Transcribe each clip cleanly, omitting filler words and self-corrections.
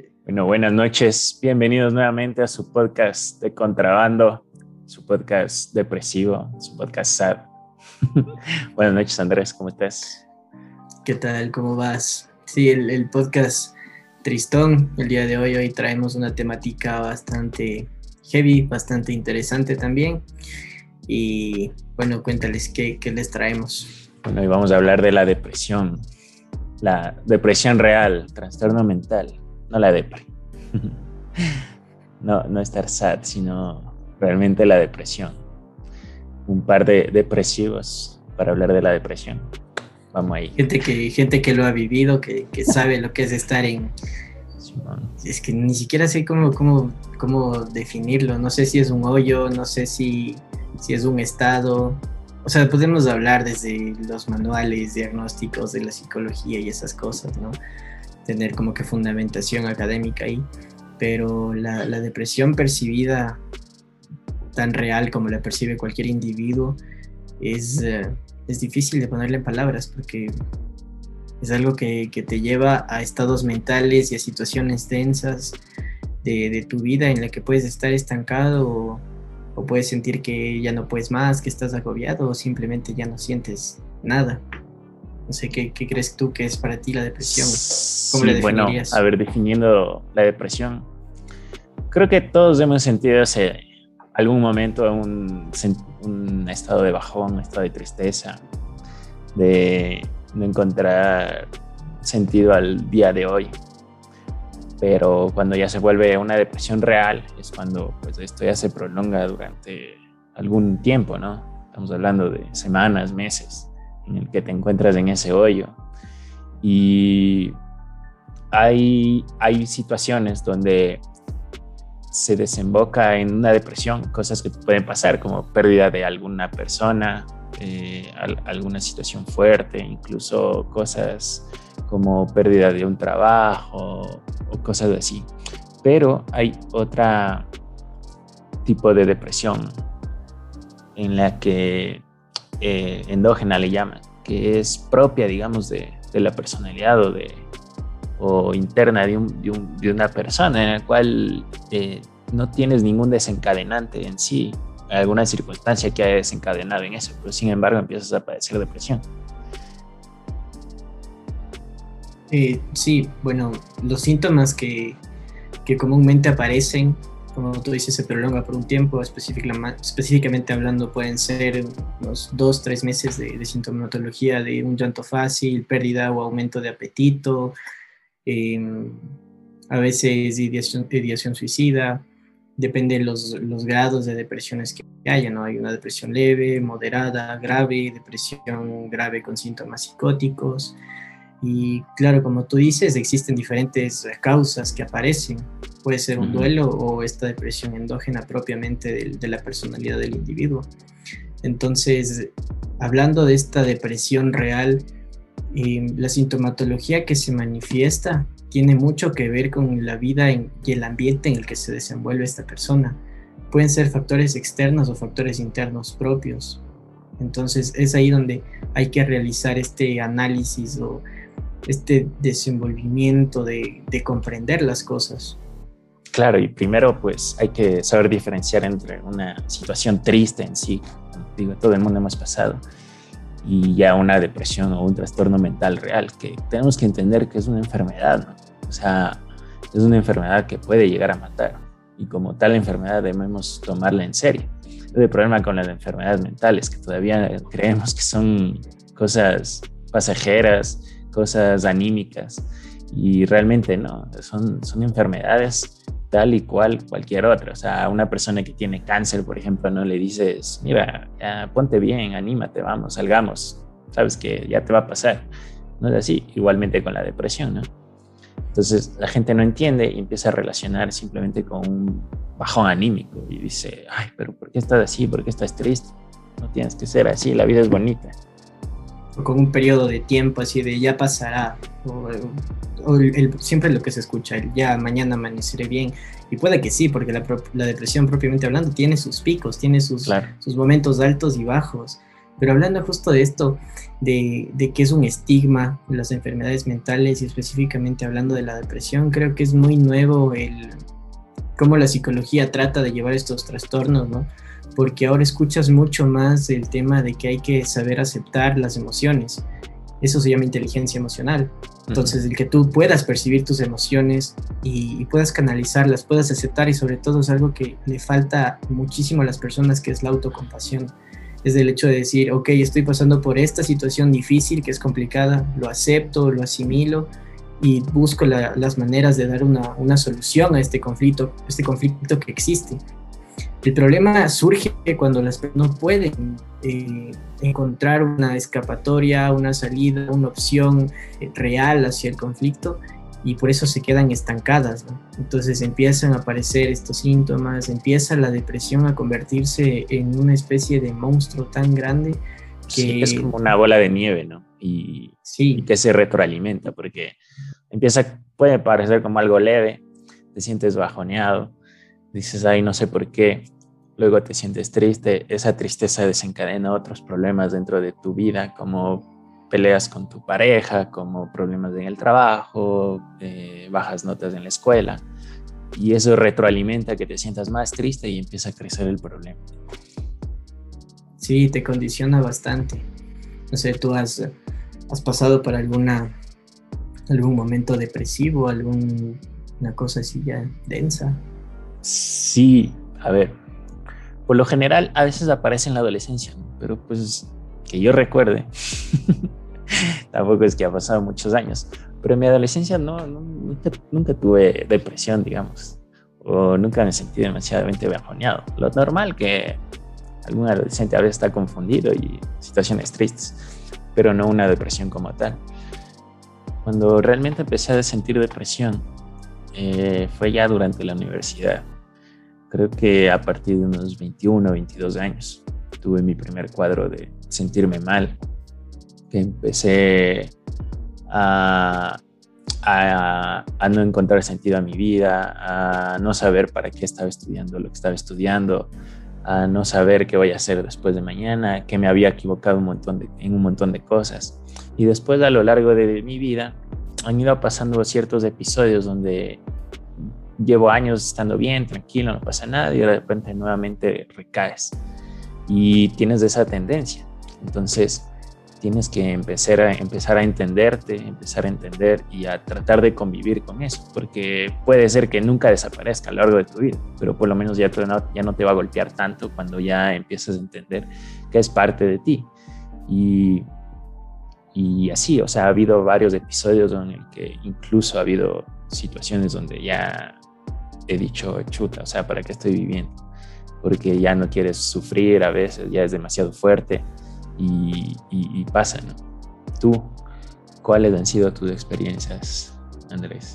Bueno, buenas noches. Bienvenidos nuevamente a su podcast de contrabando, su podcast depresivo, su podcast sad. Buenas noches, Andrés, ¿cómo estás? ¿Qué tal? ¿Cómo vas? Sí, el podcast tristón. El día de hoy traemos una temática bastante heavy, bastante interesante también. Y bueno, cuéntales qué les traemos. Bueno, hoy vamos a hablar de la depresión real, trastorno mental, no la depre. No estar sad, sino realmente la depresión. Un par de depresivos para hablar de la depresión. Vamos ahí. Gente que lo ha vivido, que sabe lo que es estar en... Simón. Es que ni siquiera sé cómo definirlo. No sé si es un hoyo, no sé si es un estado. O sea, podemos hablar desde los manuales diagnósticos de la psicología y esas cosas, ¿no? Tener como que fundamentación académica ahí. Pero la depresión percibida tan real como la percibe cualquier individuo es difícil de ponerle en palabras, porque es algo que te lleva a estados mentales y a situaciones densas de tu vida en la que puedes estar estancado o puedes sentir que ya no puedes más, que estás agobiado o simplemente ya no sientes nada. No sé, ¿qué crees tú que es para ti la depresión? ¿Cómo la definirías? Bueno, a ver, definiendo la depresión, creo que todos hemos sentido algún momento un estado de bajón, un estado de tristeza, de no encontrar sentido al día de hoy. Pero cuando ya se vuelve una depresión real es cuando pues, esto ya se prolonga durante algún tiempo, ¿no? Estamos hablando de semanas, meses, en el que te encuentras en ese hoyo. Y hay situaciones donde se desemboca en una depresión, cosas que pueden pasar como pérdida de alguna persona, alguna situación fuerte, incluso cosas como pérdida de un trabajo o cosas así. Pero hay otro tipo de depresión en la que endógena le llaman, que es propia, digamos, de la personalidad o interna de una persona, en la cual no tienes ningún desencadenante en sí, alguna circunstancia que haya desencadenado en eso, pero sin embargo empiezas a padecer depresión. Sí, bueno, los síntomas que comúnmente aparecen, como tú dices, se prolonga por un tiempo, específicamente hablando, pueden ser unos 2-3 meses de sintomatología de un llanto fácil, pérdida o aumento de apetito, a veces ideación suicida. Depende de los grados de depresiones que haya, ¿no? Hay una depresión leve, moderada, grave, depresión grave con síntomas psicóticos. Y claro, como tú dices, existen diferentes causas que aparecen. Puede ser un duelo o esta depresión endógena propiamente de la personalidad del individuo. Entonces, hablando de esta depresión real, la sintomatología que se manifiesta tiene mucho que ver con la vida y el ambiente en el que se desenvuelve esta persona. Pueden ser factores externos o factores internos propios. Entonces es ahí donde hay que realizar este análisis o este desenvolvimiento de comprender las cosas. Claro, y primero pues hay que saber diferenciar entre una situación triste en sí, digo, todo el mundo hemos pasado, y ya una depresión o un trastorno mental real, que tenemos que entender que es una enfermedad, ¿no? O sea, es una enfermedad que puede llegar a matar, y como tal enfermedad debemos tomarla en serio. El problema con las enfermedades mentales, que todavía creemos que son cosas pasajeras, cosas anímicas, y realmente no, son enfermedades tal y cual cualquier otra. O sea, a una persona que tiene cáncer, por ejemplo, no le dices, mira, ya, ponte bien, anímate, vamos, salgamos, sabes que ya te va a pasar. No es así, igualmente con la depresión, ¿no? Entonces la gente no entiende y empieza a relacionar simplemente con un bajón anímico y dice, ay, pero ¿por qué estás así? ¿Por qué estás triste? No tienes que ser así, la vida es bonita. O con un periodo de tiempo así de ya pasará, siempre lo que se escucha, el ya mañana amaneceré bien, y puede que sí, porque la depresión propiamente hablando tiene sus picos, tiene sus momentos altos y bajos, Pero hablando justo de esto, de que es un estigma las enfermedades mentales y específicamente hablando de la depresión, creo que es muy nuevo el cómo la psicología trata de llevar estos trastornos, ¿no? Porque ahora escuchas mucho más el tema de que hay que saber aceptar las emociones. Eso se llama inteligencia emocional. Entonces, el que tú puedas percibir tus emociones y puedas canalizarlas, puedas aceptar, y sobre todo es algo que le falta muchísimo a las personas, que es la autocompasión. Es el hecho de decir, ok, estoy pasando por esta situación difícil, que es complicada, lo acepto, lo asimilo y busco las maneras de dar una solución a este conflicto que existe. El problema surge cuando las personas no pueden encontrar una escapatoria, una salida, una opción real hacia el conflicto, y por eso se quedan estancadas, ¿no? Entonces empiezan a aparecer estos síntomas, empieza la depresión a convertirse en una especie de monstruo tan grande que... Sí, es como una bola de nieve, ¿no? Sí. Y que se retroalimenta, porque puede parecer como algo leve, te sientes bajoneado, dices, ay, no sé por qué, luego te sientes triste, esa tristeza desencadena otros problemas dentro de tu vida, como peleas con tu pareja, como problemas en el trabajo, bajas notas en la escuela, y eso retroalimenta que te sientas más triste y empieza a crecer el problema. Sí, te condiciona bastante. No sé, ¿tú has pasado por algún momento depresivo, alguna cosa así ya densa? Sí, a ver, por lo general a veces aparece en la adolescencia, ¿no? Pero pues que yo recuerde, tampoco es que ha pasado muchos años, pero en mi adolescencia nunca tuve depresión, digamos, o nunca me sentí demasiadamente bajoneado. Lo normal, que algún adolescente a veces está confundido y situaciones tristes, pero no una depresión como tal. Cuando realmente empecé a sentir depresión fue ya durante la universidad. Creo que a partir de unos 21 o 22 años tuve mi primer cuadro de sentirme mal, que empecé a no encontrar sentido a mi vida, a no saber para qué estaba estudiando lo que estaba estudiando, a no saber qué voy a hacer después de mañana, que me había equivocado en un montón de cosas. Y después, a lo largo de mi vida, han ido pasando ciertos episodios donde llevo años estando bien, tranquilo, no pasa nada, y de repente nuevamente recaes y tienes esa tendencia. Entonces tienes que empezar a entenderte, empezar a entender y a tratar de convivir con eso, porque puede ser que nunca desaparezca a lo largo de tu vida, pero por lo menos ya no te va a golpear tanto cuando ya empiezas a entender que es parte de ti. Y así, o sea, ha habido varios episodios en el que incluso ha habido situaciones donde ya he dicho, chuta, o sea, ¿para qué estoy viviendo? Porque ya no quieres sufrir, a veces ya es demasiado fuerte y pasa, ¿no? ¿Tú, cuáles han sido tus experiencias, Andrés?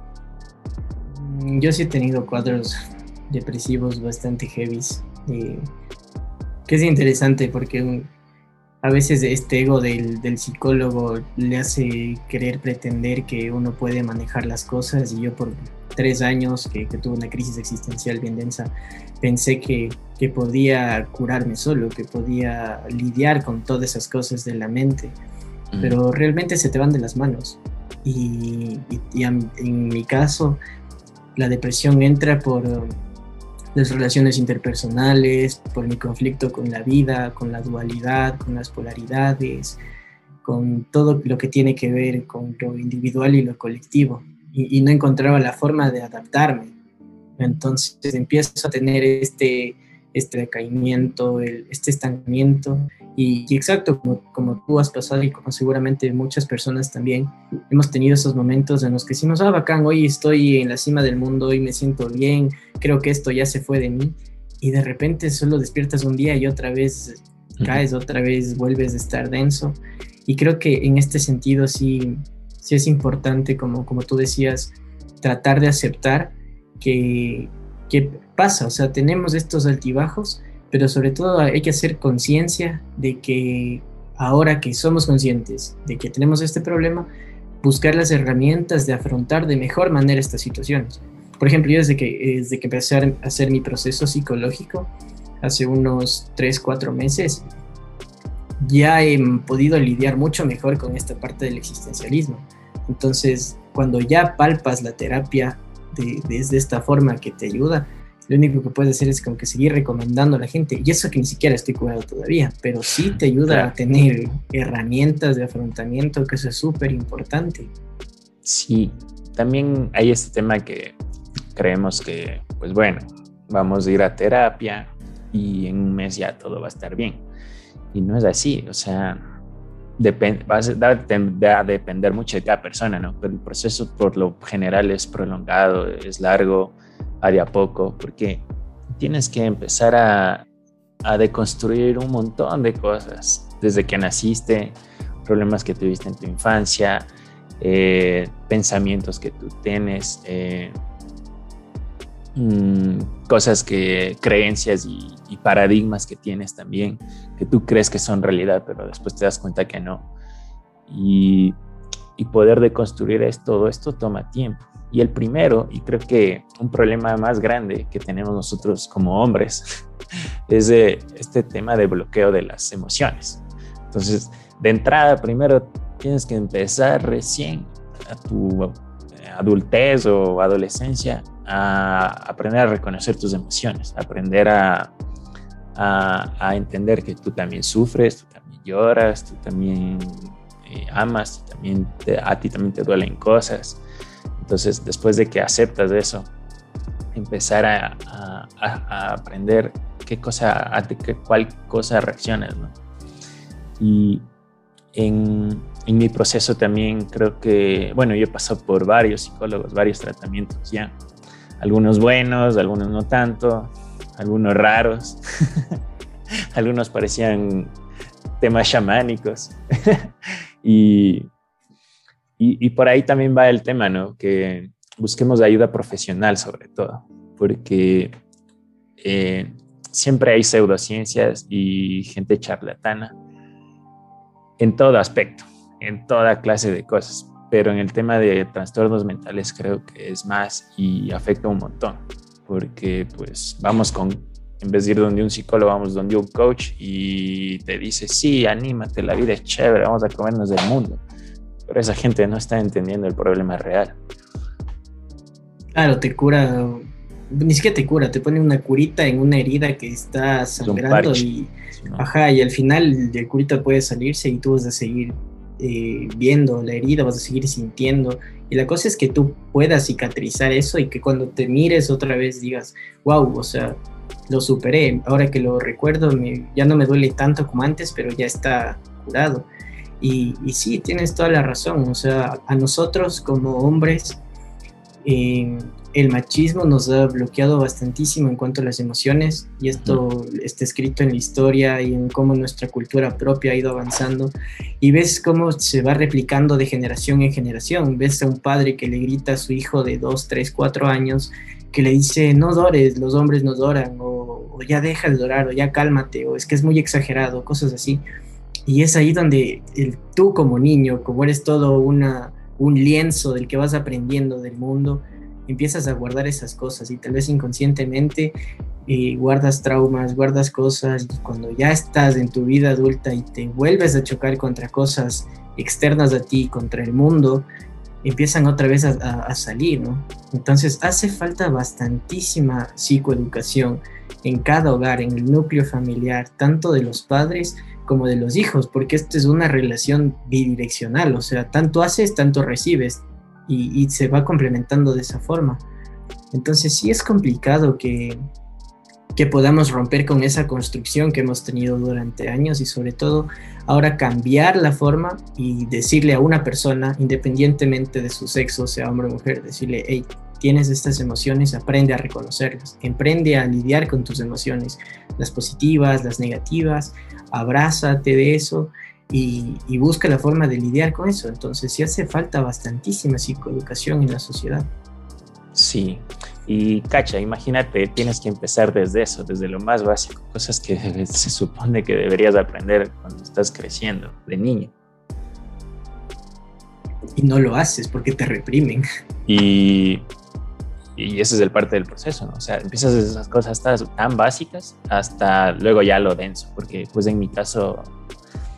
Yo sí he tenido cuadros depresivos bastante heavies, que es interesante porque a veces este ego del psicólogo le hace querer pretender que uno puede manejar las cosas, y yo por 3 años que tuve una crisis existencial bien densa, pensé que podía curarme solo, que podía lidiar con todas esas cosas de la mente, pero realmente se te van de las manos. Y en mi caso, la depresión entra por las relaciones interpersonales, por mi conflicto con la vida, con la dualidad, con las polaridades, con todo lo que tiene que ver con lo individual y lo colectivo, y no encontraba la forma de adaptarme. Entonces empiezo a tener este decaimiento, este estancamiento, y exacto, como tú has pasado y como seguramente muchas personas también, hemos tenido esos momentos en los que decimos, bacán, hoy estoy en la cima del mundo, hoy me siento bien, creo que esto ya se fue de mí, y de repente solo despiertas un día y otra vez caes, otra vez vuelves a estar denso. Y creo que en este sentido sí es importante, como tú decías, tratar de aceptar que pasa, o sea, tenemos estos altibajos, pero sobre todo hay que hacer conciencia de que ahora que somos conscientes de que tenemos este problema, buscar las herramientas de afrontar de mejor manera estas situaciones. Por ejemplo, yo desde que empecé a hacer mi proceso psicológico hace unos 3-4 meses, ya he podido lidiar mucho mejor con esta parte del existencialismo. Entonces, cuando ya palpas la terapia desde esta forma que te ayuda, lo único que puedes hacer es como que seguir recomendando a la gente. Y eso que ni siquiera estoy curado todavía, pero sí te ayuda Claro. a tener herramientas de afrontamiento, que eso es súper importante. Sí, también hay este tema que creemos que, pues bueno, vamos a ir a terapia y en un mes ya todo va a estar bien. Y no es así, o sea, va a depender mucho de cada persona, ¿no? Pero el proceso por lo general es prolongado, es largo, va de a poco, porque tienes que empezar a deconstruir un montón de cosas, desde que naciste, problemas que tuviste en tu infancia, pensamientos que tú tienes, cosas creencias y paradigmas que tienes también, que tú crees que son realidad, pero después te das cuenta que no. Y poder deconstruir todo esto toma tiempo. Y el primero, y creo que un problema más grande que tenemos nosotros como hombres, es este tema de bloqueo de las emociones. Entonces, de entrada, primero tienes que empezar recién a tu adultez o adolescencia a aprender a reconocer tus emociones, aprender a entender que tú también sufres, tú también lloras, tú también amas, a ti también te duelen cosas. Entonces, después de que aceptas eso, empezar a aprender cuál cosa reaccionas, ¿no? Y en mi proceso también creo que, bueno, yo he pasado por varios psicólogos, varios tratamientos ya, algunos buenos, algunos no tanto, algunos raros, algunos parecían temas chamánicos. y por ahí también va el tema, ¿no? Que busquemos ayuda profesional sobre todo, porque siempre hay pseudociencias y gente charlatana en todo aspecto, en toda clase de cosas, pero en el tema de trastornos mentales creo que es más y afecta un montón, porque pues en vez de ir donde un psicólogo, vamos donde un coach y te dice, sí, anímate, la vida es chévere, vamos a comernos del mundo, pero esa gente no está entendiendo el problema real. Claro, te cura, ni siquiera te cura, te pone una curita en una herida que está sangrando y, ¿no? ajá, y al final el curita puede salirse y tú vas a seguir viendo la herida, vas a seguir sintiendo. Y la cosa es que tú puedas cicatrizar eso y que cuando te mires otra vez digas, wow, o sea, lo superé. Ahora que lo recuerdo, ya no me duele tanto como antes, pero ya está curado. Y sí, tienes toda la razón. O sea, a nosotros como hombres, el machismo nos ha bloqueado bastantísimo en cuanto a las emociones, y esto está escrito en la historia y en cómo nuestra cultura propia ha ido avanzando, y ves cómo se va replicando de generación en generación. Ves a un padre que le grita a su hijo de 2, 3, 4 años, que le dice, no llores, los hombres no lloran, o ya deja de llorar, o ya cálmate, o es que es muy exagerado, cosas así. Y es ahí donde tú como niño, como eres todo un lienzo del que vas aprendiendo del mundo, empiezas a guardar esas cosas y tal vez inconscientemente guardas traumas, guardas cosas, y cuando ya estás en tu vida adulta y te vuelves a chocar contra cosas externas a ti, contra el mundo, empiezan otra vez a salir, ¿no? Entonces hace falta bastantísima psicoeducación en cada hogar, en el núcleo familiar, tanto de los padres como de los hijos, porque esto es una relación bidireccional, o sea, tanto haces, tanto recibes, y se va complementando de esa forma. Entonces sí es complicado que podamos romper con esa construcción que hemos tenido durante años, y sobre todo ahora cambiar la forma y decirle a una persona, independientemente de su sexo, sea hombre o mujer, decirle, hey, tienes estas emociones, aprende a reconocerlas, aprende a lidiar con tus emociones, las positivas, las negativas, abrázate de eso y busca la forma de lidiar con eso. Entonces sí hace falta bastantísima psicoeducación en la sociedad. Sí, y cacha, imagínate, tienes que empezar desde eso, desde lo más básico, cosas que se supone que deberías aprender cuando estás creciendo, de niño. Y no lo haces porque te reprimen. Y ese es el parte del proceso, ¿no? O sea, empiezas desde esas cosas tan básicas hasta luego ya lo denso, porque pues en mi caso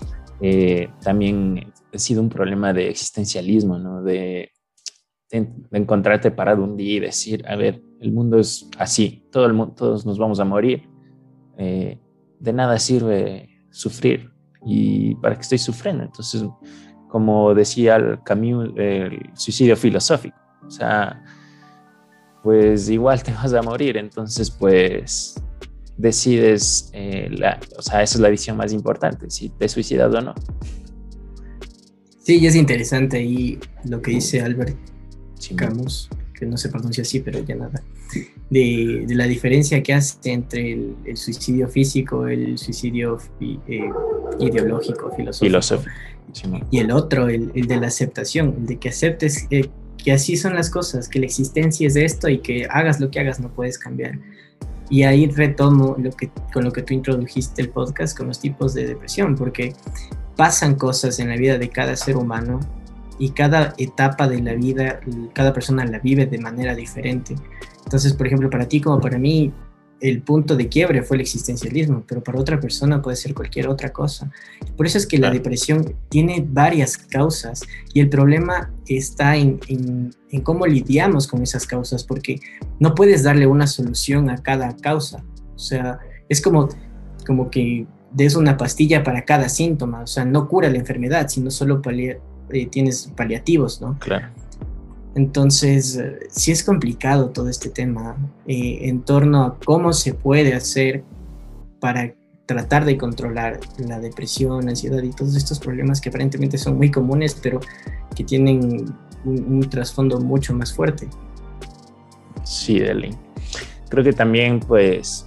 También ha sido un problema de existencialismo, ¿no? De encontrarte parado un día y decir, a ver, el mundo es así, todo el mundo, todos nos vamos a morir, de nada sirve sufrir, y para qué estoy sufriendo. Entonces, como decía Camus, el suicidio filosófico, o sea, pues igual te vas a morir, entonces pues decides, o sea, esa es la decisión más importante, si te suicidas o no. Sí, y es interesante ahí lo que dice Albert Sí, Camus, que no se pronuncia así, pero ya nada, de la diferencia que hace entre el suicidio físico, el suicidio ideológico, filosófico, sí, y el otro, el de la aceptación, el de que aceptes que así son las cosas, que la existencia es esto y que hagas lo que hagas no puedes cambiar. Y ahí retomo con lo que tú introdujiste el podcast, con los tipos de depresión, porque pasan cosas en la vida de cada ser humano y cada etapa de la vida, cada persona la vive de manera diferente. Entonces, por ejemplo, para ti como para mí, el punto de quiebre fue el existencialismo, pero para otra persona puede ser cualquier otra cosa. Por eso es que la depresión tiene varias causas y el problema está en cómo lidiamos con esas causas, porque no puedes darle una solución a cada causa. O sea, es como que des una pastilla para cada síntoma, o sea, no cura la enfermedad, sino solo tienes paliativos, ¿no? Claro. Entonces, sí es complicado todo este tema en torno a cómo se puede hacer para tratar de controlar la depresión, la ansiedad y todos estos problemas que aparentemente son muy comunes, pero que tienen un trasfondo mucho más fuerte. Sí, Deli. Creo que también, pues,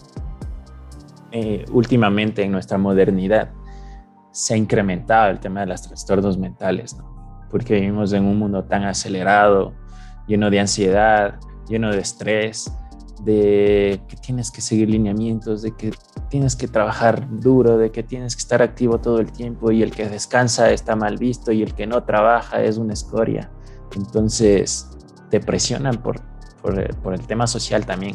últimamente en nuestra modernidad se ha incrementado el tema de los trastornos mentales, ¿no? Porque vivimos en un mundo tan acelerado, lleno de ansiedad, lleno de estrés, de que tienes que seguir lineamientos, de que tienes que trabajar duro, de que tienes que estar activo todo el tiempo, y el que descansa está mal visto y el que no trabaja es una escoria. Entonces te presionan por el tema social también,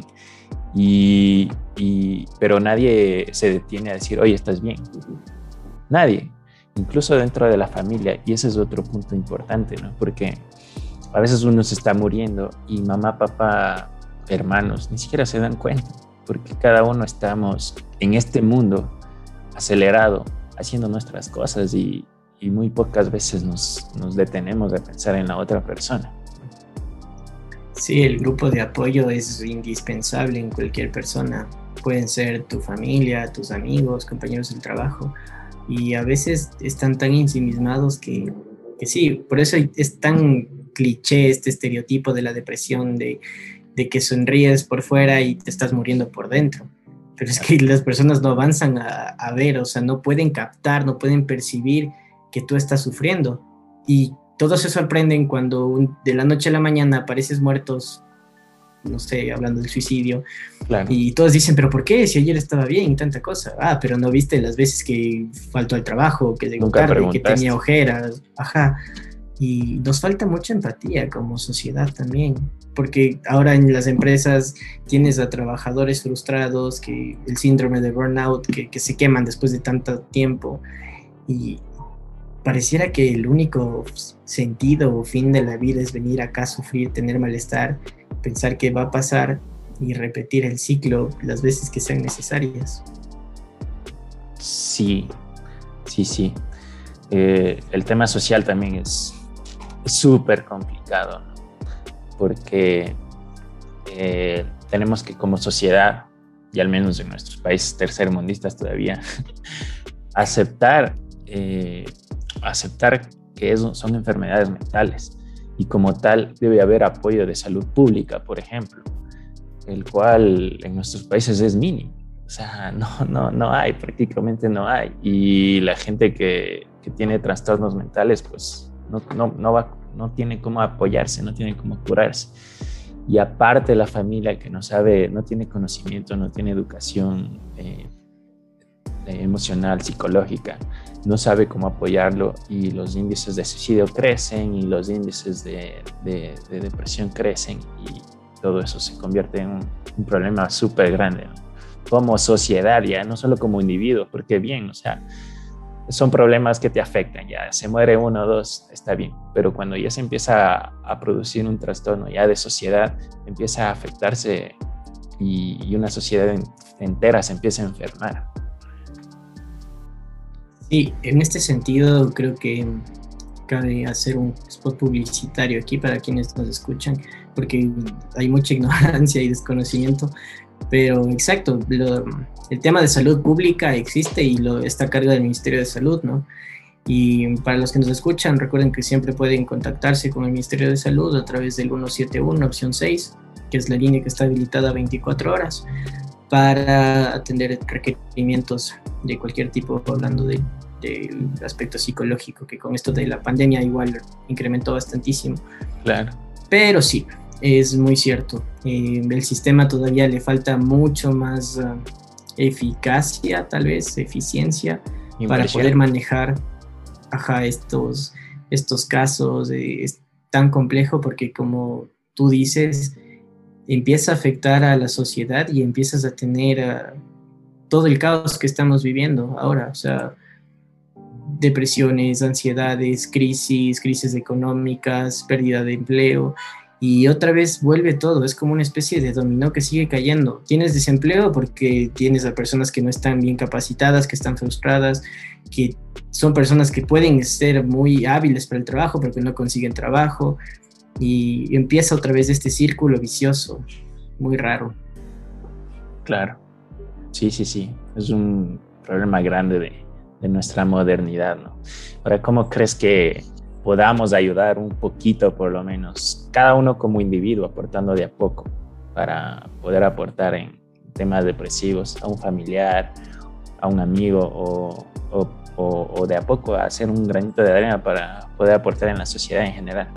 pero nadie se detiene a decir, oye, ¿estás bien? Nadie, incluso dentro de la familia, y ese es otro punto importante, ¿no? Porque a veces uno se está muriendo y mamá, papá, hermanos ni siquiera se dan cuenta, porque cada uno estamos en este mundo acelerado haciendo nuestras cosas y muy pocas veces nos detenemos a pensar en la otra persona. Sí, el grupo de apoyo es indispensable en cualquier persona. Pueden ser tu familia, tus amigos, compañeros del trabajo, y a veces están tan ensimismados que sí, por eso es tan cliché este estereotipo de la depresión, de que sonríes por fuera y te estás muriendo por dentro. Pero es que las personas no avanzan a ver, o sea, no pueden captar, no pueden percibir que tú estás sufriendo. Y todos se sorprenden cuando de la noche a la mañana apareces muertos, no sé, hablando del suicidio. Claro. Y todos dicen, ¿pero por qué? Si ayer estaba bien y tanta cosa. Ah, pero no viste las veces que faltó al trabajo, que llegó tarde, que tenía ojeras. Ajá. Y nos falta mucha empatía como sociedad también, porque ahora en las empresas tienes a trabajadores frustrados, que el síndrome de burnout, que se queman después de tanto tiempo, y pareciera que el único sentido o fin de la vida es venir acá a sufrir, tener malestar, pensar que va a pasar y repetir el ciclo las veces que sean necesarias. Sí. El tema social también es súper complicado, ¿no? Porque tenemos que, como sociedad, y al menos en nuestros países tercermundistas todavía, aceptar que son enfermedades mentales, y como tal debe haber apoyo de salud pública, por ejemplo, el cual en nuestros países es mínimo. O sea, no hay, prácticamente no hay, y la gente que tiene trastornos mentales, pues no tiene cómo apoyarse, no tiene cómo curarse. Y aparte la familia que no sabe, no tiene conocimiento, no tiene educación emocional, psicológica, no sabe cómo apoyarlo, y los índices de suicidio crecen y los índices de depresión crecen, y todo eso se convierte en un problema súper grande, ¿no? Como sociedad, ya no solo como individuo, porque bien, o sea, son problemas que te afectan, ya se muere uno o dos, está bien, pero cuando ya se empieza a producir un trastorno ya de sociedad, empieza a afectarse y una sociedad entera se empieza a enfermar. Sí, en este sentido creo que cabe hacer un spot publicitario aquí para quienes nos escuchan, porque hay mucha ignorancia y desconocimiento, pero exacto, el tema de salud pública existe y está a cargo del Ministerio de Salud, ¿no? Y para los que nos escuchan, recuerden que siempre pueden contactarse con el Ministerio de Salud a través del 171, opción 6, que es la línea que está habilitada 24 horas para atender requerimientos de cualquier tipo, hablando del aspecto psicológico, que con esto de la pandemia igual incrementó bastantísimo. Claro. Pero sí, es muy cierto. El sistema todavía le falta mucho más eficacia, tal vez, eficiencia, para poder manejar estos casos. Es tan complejo porque, como tú dices, empieza a afectar a la sociedad y empiezas a tener todo el caos que estamos viviendo ahora, o sea, depresiones, ansiedades, crisis económicas, pérdida de empleo, y otra vez vuelve todo, es como una especie de dominó que sigue cayendo. Tienes desempleo porque tienes a personas que no están bien capacitadas, que están frustradas, que son personas que pueden ser muy hábiles para el trabajo pero que no consiguen trabajo, y empieza otra vez este círculo vicioso, muy raro. Claro, sí, es un problema grande de nuestra modernidad, ¿no? Ahora, ¿cómo crees que podamos ayudar un poquito, por lo menos, cada uno como individuo, aportando de a poco para poder aportar en temas depresivos a un familiar, a un amigo o de a poco hacer un granito de arena para poder aportar en la sociedad en general?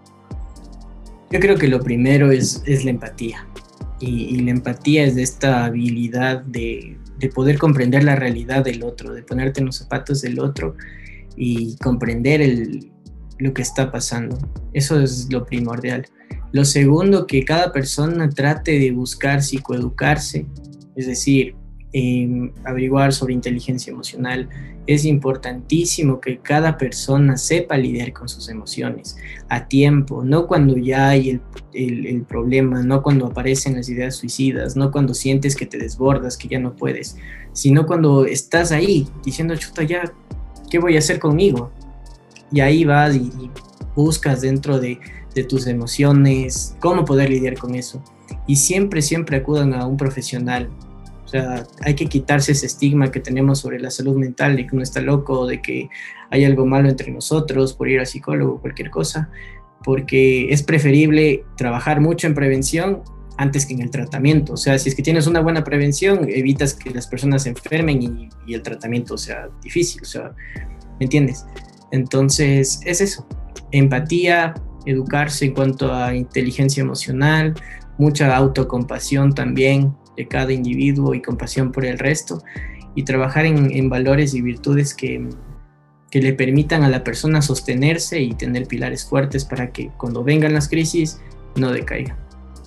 Yo creo que lo primero es la empatía. Y la empatía es de esta habilidad de poder comprender la realidad del otro, de ponerte en los zapatos del otro y comprender lo que está pasando. Eso es lo primordial. Lo segundo, que cada persona trate de buscar psicoeducarse, es decir, averiguar sobre inteligencia emocional. Es importantísimo que cada persona sepa lidiar con sus emociones a tiempo, no cuando ya hay el problema, no cuando aparecen las ideas suicidas, no cuando sientes que te desbordas, que ya no puedes, sino cuando estás ahí diciendo, chuta, ya, ¿qué voy a hacer conmigo? Y ahí vas y buscas dentro de tus emociones cómo poder lidiar con eso. Y siempre acudan a un profesional. O sea, hay que quitarse ese estigma que tenemos sobre la salud mental, de que uno está loco, de que hay algo malo entre nosotros por ir al psicólogo o cualquier cosa, porque es preferible trabajar mucho en prevención antes que en el tratamiento. O sea, si es que tienes una buena prevención, evitas que las personas se enfermen y el tratamiento sea difícil. O sea, ¿me entiendes? Entonces, es eso. Empatía, educarse en cuanto a inteligencia emocional, mucha autocompasión también de cada individuo y compasión por el resto, y trabajar en valores y virtudes que le permitan a la persona sostenerse y tener pilares fuertes para que cuando vengan las crisis no decaiga.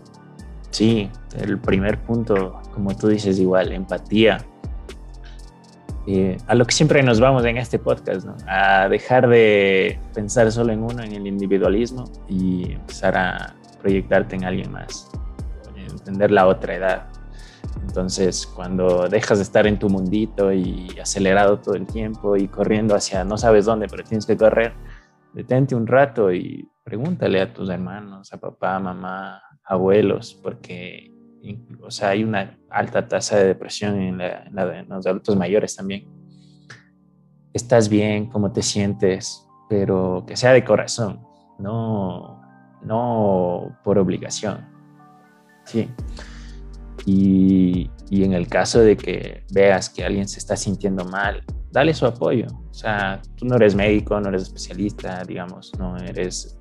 Sí, el primer punto, como tú dices, igual, empatía. A lo que siempre nos vamos en este podcast, ¿no? A dejar de pensar solo en uno, en el individualismo, y empezar a proyectarte en alguien más, entender la otra edad. Entonces, cuando dejas de estar en tu mundito y acelerado todo el tiempo y corriendo hacia no sabes dónde, pero tienes que correr, detente un rato y pregúntale a tus hermanos, a papá, mamá, abuelos, porque o sea, hay una alta tasa de depresión en los adultos mayores también. ¿Estás bien? ¿Cómo te sientes? Pero que sea de corazón, no por obligación. Sí. Y en el caso de que veas que alguien se está sintiendo mal, dale su apoyo. O sea, tú no eres médico, no eres especialista, digamos, no eres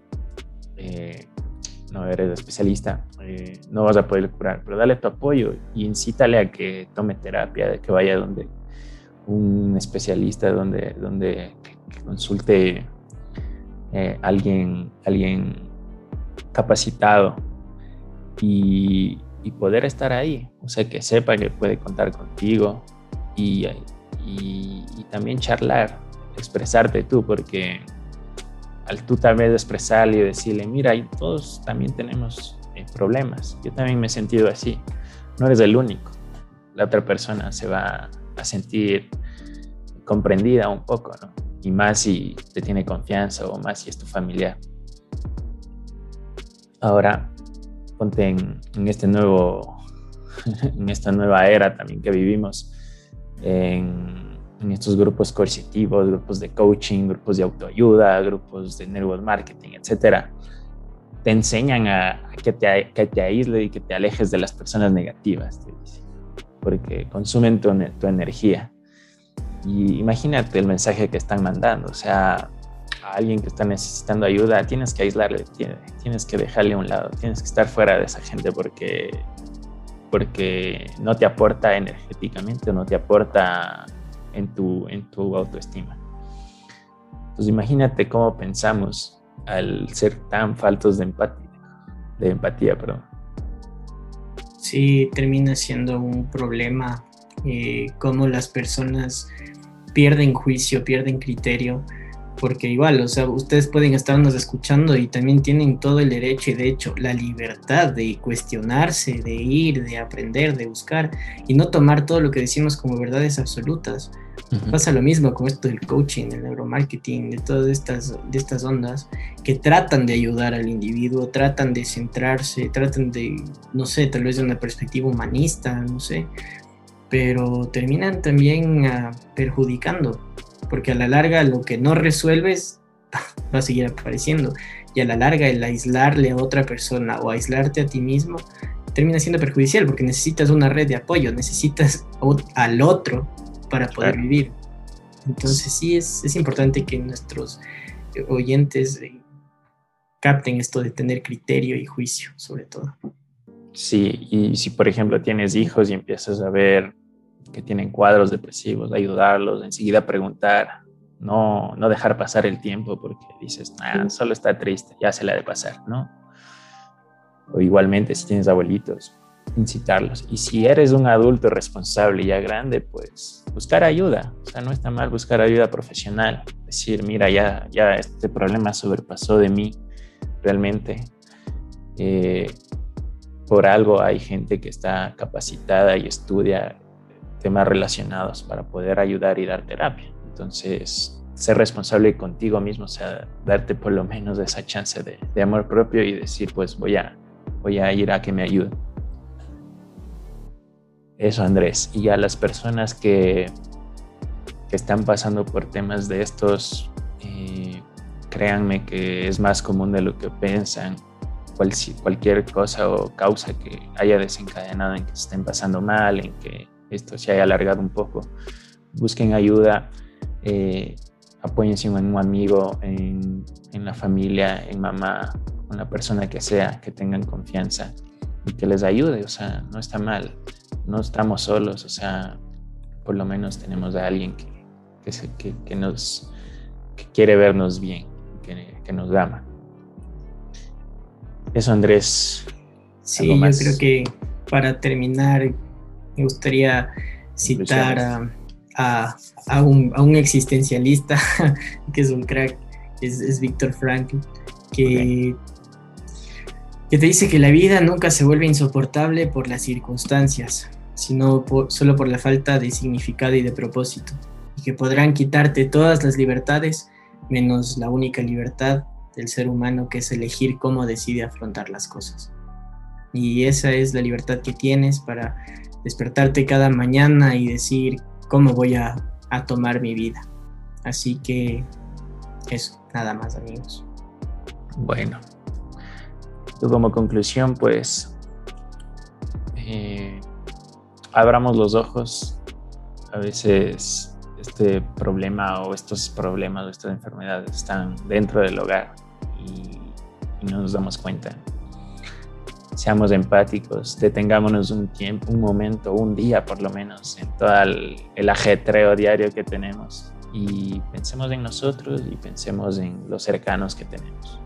especialista, no vas a poder curar, pero dale tu apoyo y incítale a que tome terapia, de que vaya donde un especialista, donde consulte alguien capacitado y poder estar ahí, o sea, que sepa que puede contar contigo y también charlar, expresarte tú, porque al tú también expresarle y decirle, mira, y todos también tenemos problemas, yo también me he sentido así, no eres el único, la otra persona se va a sentir comprendida un poco, ¿no? Y más si te tiene confianza o más si es tu familiar. Ahora, ponte en este nuevo, en esta nueva era también que vivimos, en estos grupos coercitivos, grupos de coaching, grupos de autoayuda, grupos de network marketing, etcétera. Te enseñan a que te aísles y que te alejes de las personas negativas, te dicen, porque consumen tu energía. Y imagínate el mensaje que están mandando, o sea, a alguien que está necesitando ayuda, tienes que aislarle, tienes que dejarle a un lado, tienes que estar fuera de esa gente porque no te aporta energéticamente o no te aporta en tu autoestima. Entonces imagínate cómo pensamos al ser tan faltos de empatía. Sí, termina siendo un problema, cómo las personas pierden juicio, pierden criterio, porque igual, o sea, ustedes pueden estarnos escuchando y también tienen todo el derecho y de hecho la libertad de cuestionarse, de ir, de aprender, de buscar y no tomar todo lo que decimos como verdades absolutas. Uh-huh. Pasa lo mismo con esto del coaching, el neuromarketing, de todas estas ondas que tratan de ayudar al individuo, tratan de centrarse, tratan de, no sé, tal vez de una perspectiva humanista, no sé, pero terminan también perjudicando, porque a la larga lo que no resuelves va a seguir apareciendo, y a la larga el aislarle a otra persona o aislarte a ti mismo termina siendo perjudicial, porque necesitas una red de apoyo, necesitas al otro para poder vivir. Entonces sí es importante que nuestros oyentes capten esto de tener criterio y juicio, sobre todo. Sí, y si por ejemplo tienes hijos y empiezas a ver que tienen cuadros depresivos, ayudarlos, enseguida preguntar, no dejar pasar el tiempo porque dices, solo está triste, ya se le ha de pasar, ¿no? O igualmente si tienes abuelitos, incitarlos. Y si eres un adulto responsable ya grande, pues buscar ayuda. O sea, no está mal buscar ayuda profesional. Decir, mira, ya este problema sobrepasó de mí realmente. Por algo hay gente que está capacitada y estudia temas relacionados para poder ayudar y dar terapia. Entonces, ser responsable contigo mismo, o sea, darte por lo menos esa chance de amor propio y decir, pues voy a ir a que me ayuden. Eso, Andrés. Y a las personas que están pasando por temas de estos, créanme que es más común de lo que piensan. Cualquier cosa o causa que haya desencadenado en que se estén pasando mal, en que esto se haya alargado un poco, busquen ayuda, apóyense en un amigo, en la familia, en mamá, una persona que sea, que tengan confianza y que les ayude. O sea, no está mal, no estamos solos, o sea, por lo menos tenemos a alguien que quiere vernos bien, que nos ama. Eso, Andrés. Sí, yo creo que para terminar me gustaría citar a un existencialista que es un crack, es Viktor Frankl, que te dice que la vida nunca se vuelve insoportable por las circunstancias, sino solo por la falta de significado y de propósito, y que podrán quitarte todas las libertades menos la única libertad del ser humano, que es elegir cómo decide afrontar las cosas. Y esa es la libertad que tienes para despertarte cada mañana y decir cómo voy a tomar mi vida. Así que eso, nada más, amigos. Bueno, yo como conclusión, pues abramos los ojos. A veces este problema o estos problemas o estas enfermedades están dentro del hogar y no nos damos cuenta. Seamos empáticos, detengámonos un tiempo, un momento, un día por lo menos en todo el ajetreo diario que tenemos y pensemos en nosotros y pensemos en los cercanos que tenemos.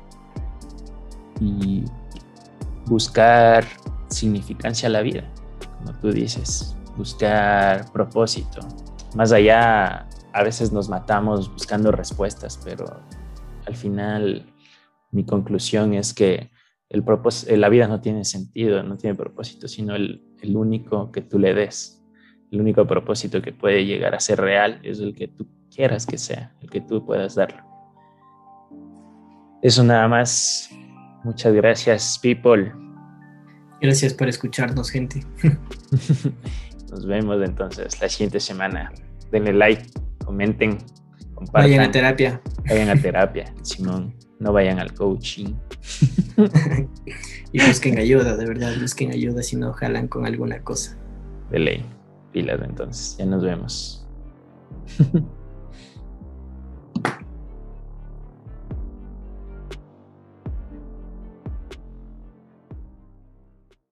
Y buscar significancia a la vida, como tú dices, buscar propósito, más allá a veces nos matamos buscando respuestas, pero al final mi conclusión es que la vida no tiene sentido, no tiene propósito, sino el único que tú le des. El único propósito que puede llegar a ser real es el que tú quieras que sea, el que tú puedas darlo. Eso nada más. Muchas gracias, people. Gracias por escucharnos, gente. Nos vemos entonces la siguiente semana. Denle like, comenten, compartan. Vayan a terapia. Vayan a terapia, Simón. No vayan al coaching. Y busquen ayuda, de verdad, busquen ayuda si no jalan con alguna cosa. De ley. Pilas entonces. Ya nos vemos.